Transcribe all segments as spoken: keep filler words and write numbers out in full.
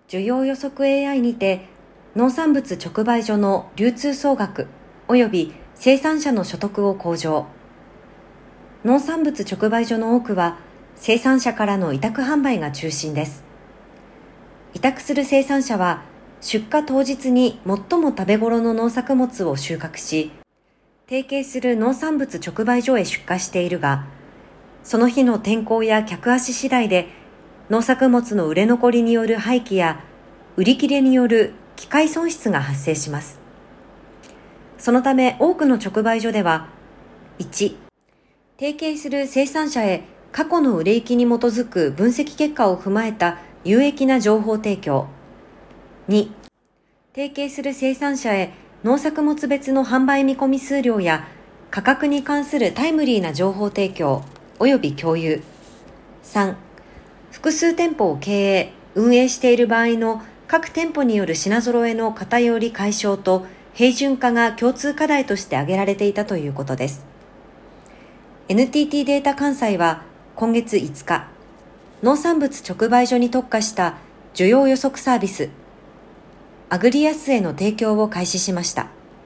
需要予測 エーアイ にて農産物直売所の流通総額及び生産者の所得を向上。農産物直売所の多くは生産者からの委託販売が中心です。委託する生産者は出荷当日に最も食べ頃の農作物を収穫し、提携する農産物直売所へ出荷しているが、その日の天候や客足次第で農作物の売れ残りによる廃棄や売り切れによる機械損失が発生します。そのため多くの直売所では、いち、提携する生産者へ過去の売れ行きに基づく分析結果を踏まえた有益な情報提供。に、提携する生産者へ農作物別の販売見込み数量や価格に関するタイムリーな情報提供及び共有。さん、複数店舗を経営、運営している場合の各店舗による品揃えの偏り解消と平準化が共通課題として挙げられていたということです。エヌティーティー データ関西は今月いつか、農産物直売所に特化した需要予測サービス、アグリアスへの提供を開始しました。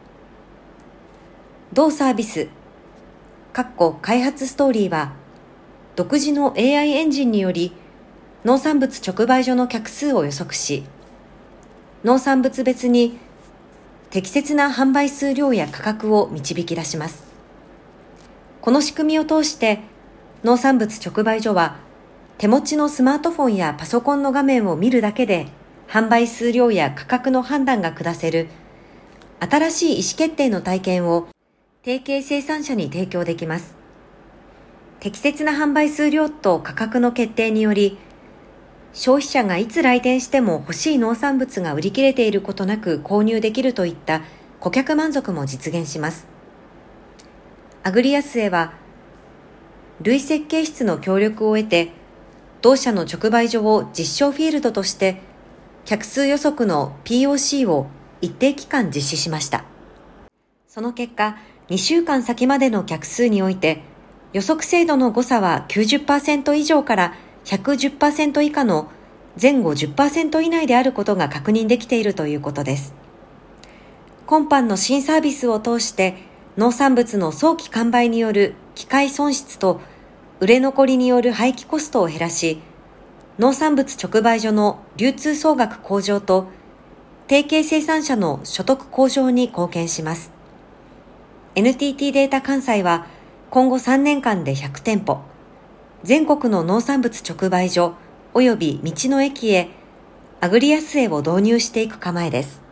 同サービス、開発ストーリーは、独自の エーアイ エンジンにより、農産物直売所の客数を予測し、農産物別に適切な販売数量や価格を導き出します。この仕組みを通して、農産物直売所は、手持ちのスマートフォンやパソコンの画面を見るだけで、販売数量や価格の判断が下せる、新しい意思決定の体験を提携生産者に提供できます。適切な販売数量と価格の決定により、消費者がいつ来店しても欲しい農産物が売り切れていることなく購入できるといった顧客満足も実現します。アグリアスへは、類設計室の協力を得て、同社の直売所を実証フィールドとして、客数予測の ピーオーシー を一定期間実施しました。その結果、にしゅうかん先までの客数において、予測精度の誤差は きゅうじゅっパーセント 以上からひゃくじゅっパーセント 以下の前後 じゅっパーセント 以内であることが確認できているということです。今般の新サービスを通して農産物の早期完売による機械損失と売れ残りによる廃棄コストを減らし、農産物直売所の流通総額向上と提携生産者の所得向上に貢献します。エヌティーティー データ関西は今後さんねんかんでひゃくてんぽ、全国の農産物直売所及び道の駅へアグリアスへを導入していく構えです。